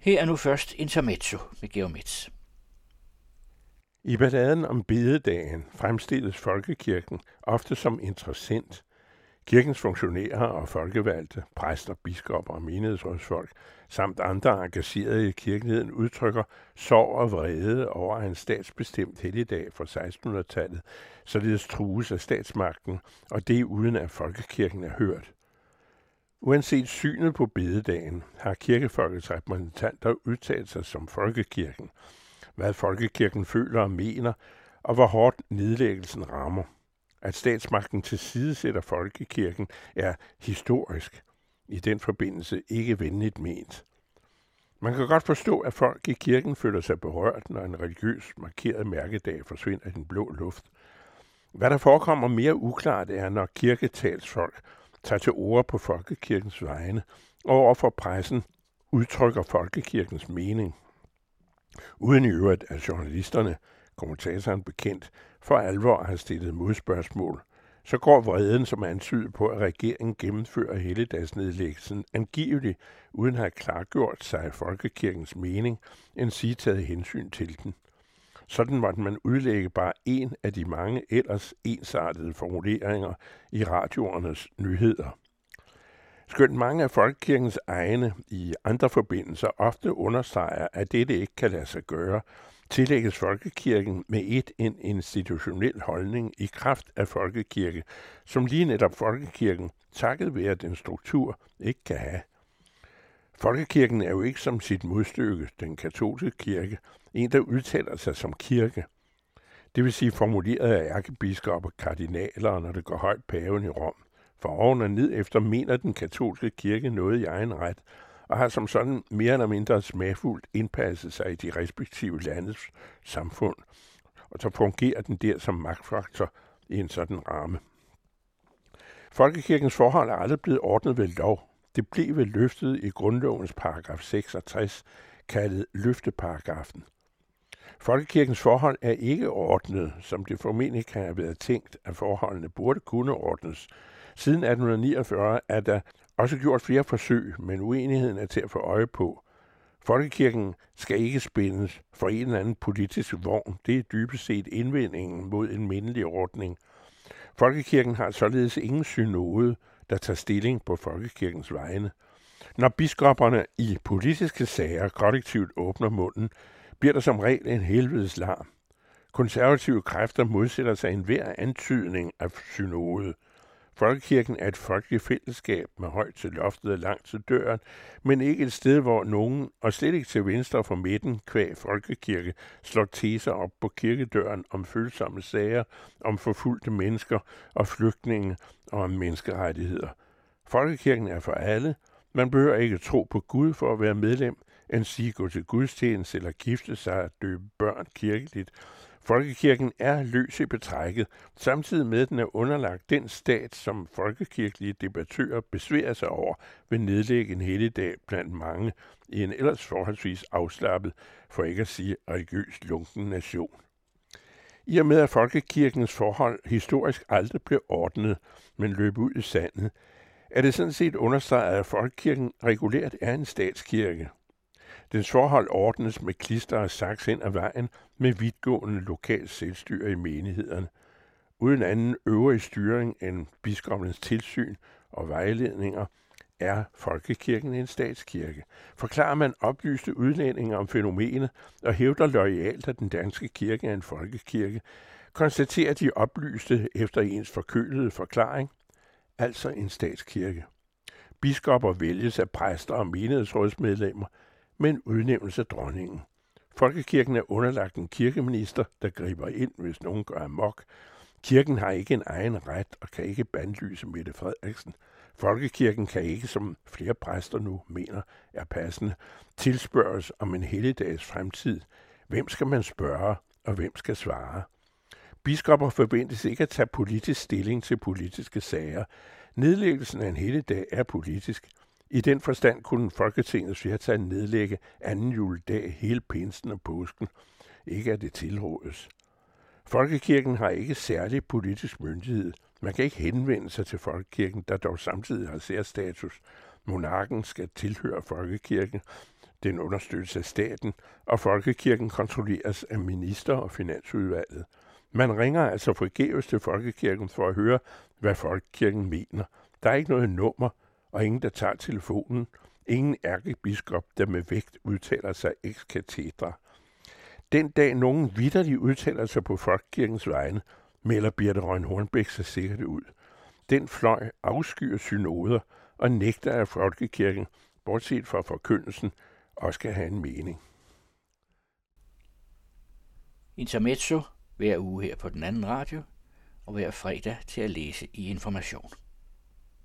Her er nu først intermezzo med Georg Metz. I balladen om bededagen fremstilles folkekirken ofte som interessant. Kirkens funktionærer og folkevalgte, præster, biskopper og menighedsrådsfolk, samt andre engagerede i kirkeligheden udtrykker sorg og vrede over en statsbestemt helligdag fra 1600-tallet, således trues af statsmagten, og det uden at folkekirken er hørt. Uanset synet på bededagen har kirkefolkets repræsentanter udtalt sig som folkekirken, hvad folkekirken føler og mener, og hvor hårdt nedlæggelsen rammer. At statsmagten tilsidesætter folkekirken er historisk, i den forbindelse ikke venligt ment. Man kan godt forstå, at folk i kirken føler sig berørt, når en religiøs markeret mærkedag forsvinder i den blå luft. Hvad der forekommer mere uklart er, når kirketalsfolk tager til orde på folkekirkens vegne, og overfor pressen udtrykker folkekirkens mening. Uden i øvrigt, at journalisterne, kommentatoren bekendt, for alvor har stillet modspørgsmål, så går vreden som antyder på, at regeringen gennemfører helligdagsnedlæggelsen angiveligt uden at have klargjort sig folkekirkens mening, end sige taget hensyn til den. Sådan måtte man udlægge bare en af de mange ellers ensartede formuleringer i radioernes nyheder. Skønt mange af folkekirkens egne i andre forbindelser ofte understreger, at dette ikke kan lade sig gøre, tillægges folkekirken med en institutionel holdning i kraft af folkekirke, som lige netop folkekirken, takket være den struktur, ikke kan have. Folkekirken er jo ikke som sit modstykke, den katolske kirke, en der udtaler sig som kirke. Det vil sige formuleret af ærkebiskopper, kardinaler, når det går højt paven i Rom. For oven og ned efter mener den katolske kirke noget i egen ret, og har som sådan mere eller mindre smagfuldt indpasset sig i de respektive landes samfund, og så fungerer den der som magtfaktor i en sådan ramme. Folkekirkens forhold er aldrig blevet ordnet ved lov. Det blev vel løftet i grundlovens paragraf 66, kaldet løfteparagrafen. Folkekirkens forhold er ikke ordnet, som det formentlig kan have været tænkt, at forholdene burde kunne ordnes. Siden 1849 er der også gjort flere forsøg, men uenigheden er til at få øje på. Folkekirken skal ikke spændes for en eller anden politisk vogn. Det er dybest set indvendingen mod en mindelig ordning. Folkekirken har således ingen synode, der tager stilling på folkekirkens vegne. Når biskopperne i politiske sager kollektivt åbner munden, bliver der som regel en helvedes larm. Konservative kræfter modsætter sig enhver antydning af synode. Folkekirken er et folkeligt fællesskab med højt til loftet og langt til døren, men ikke et sted, hvor nogen, og slet ikke til venstre for midten, kvæg folkekirke, slår teser op på kirkedøren om følsomme sager, om forfulgte mennesker og flygtninge og om menneskerettigheder. Folkekirken er for alle. Man behøver ikke tro på Gud for at være medlem, end sige gå til gudstjeneste eller gifte sig og døbe børn kirkeligt. Folkekirken er løs i betrækket, samtidig med at den er underlagt den stat, som folkekirkelige debattører besværer sig over ved nedlægge en helligdag blandt mange i en ellers forholdsvis afslappet, for ikke at sige religiøs lunken nation. I og med at folkekirkens forhold historisk aldrig blev ordnet, men løb ud i sandet, er det sådan set understreget, at folkekirken regulært er en statskirke. Dens forhold ordnes med klister og saks hen ad vejen med vidtgående lokal selvstyre i menighederne. Uden anden øvrig styring end biskoppernes tilsyn og vejledninger er folkekirken en statskirke. Forklarer man oplyste udlændinge om fænomenet og hævder loyalt, at den danske kirke er en folkekirke, konstaterer de oplyste efter ens forkølede forklaring, altså en statskirke. Biskopper vælges af præster og menighedsrådsmedlemmer, men udnævnelse af dronningen. Folkekirken er underlagt en kirkeminister, der griber ind, hvis nogen gør amok. Kirken har ikke en egen ret og kan ikke bandlyse Mette Frederiksen. Folkekirken kan ikke, som flere præster nu mener er passende, tilspørges om en helligdags fremtid. Hvem skal man spørge, og hvem skal svare? Biskopper forventes ikke at tage politisk stilling til politiske sager. Nedlæggelsen af en helligdag er politisk. I den forstand kunne Folketingets flertal nedlægge anden juledag hele pinsen og påsken. Ikke at det tilrådes. Folkekirken har ikke særlig politisk myndighed. Man kan ikke henvende sig til folkekirken, der dog samtidig har særstatus. Monarken skal tilhøre folkekirken. Den understøttes af staten, og folkekirken kontrolleres af minister- og finansudvalget. Man ringer altså forgæves til folkekirken for at høre, hvad folkekirken mener. Der er ikke noget nummer, og ingen, der tager telefonen. Ingen ærkebiskop, der med vægt udtaler sig ex cathedra. Den dag nogen vitterligt udtaler sig på folkekirkens vegne, melder Birthe Rønn Hornbech sig sikkert ud. Den fløj afskyer synoder og nægter af folkekirken, bortset fra forkyndelsen, og skal have en mening. Intermezzo hver uge her på den anden radio, og hver fredag til at læse i Information.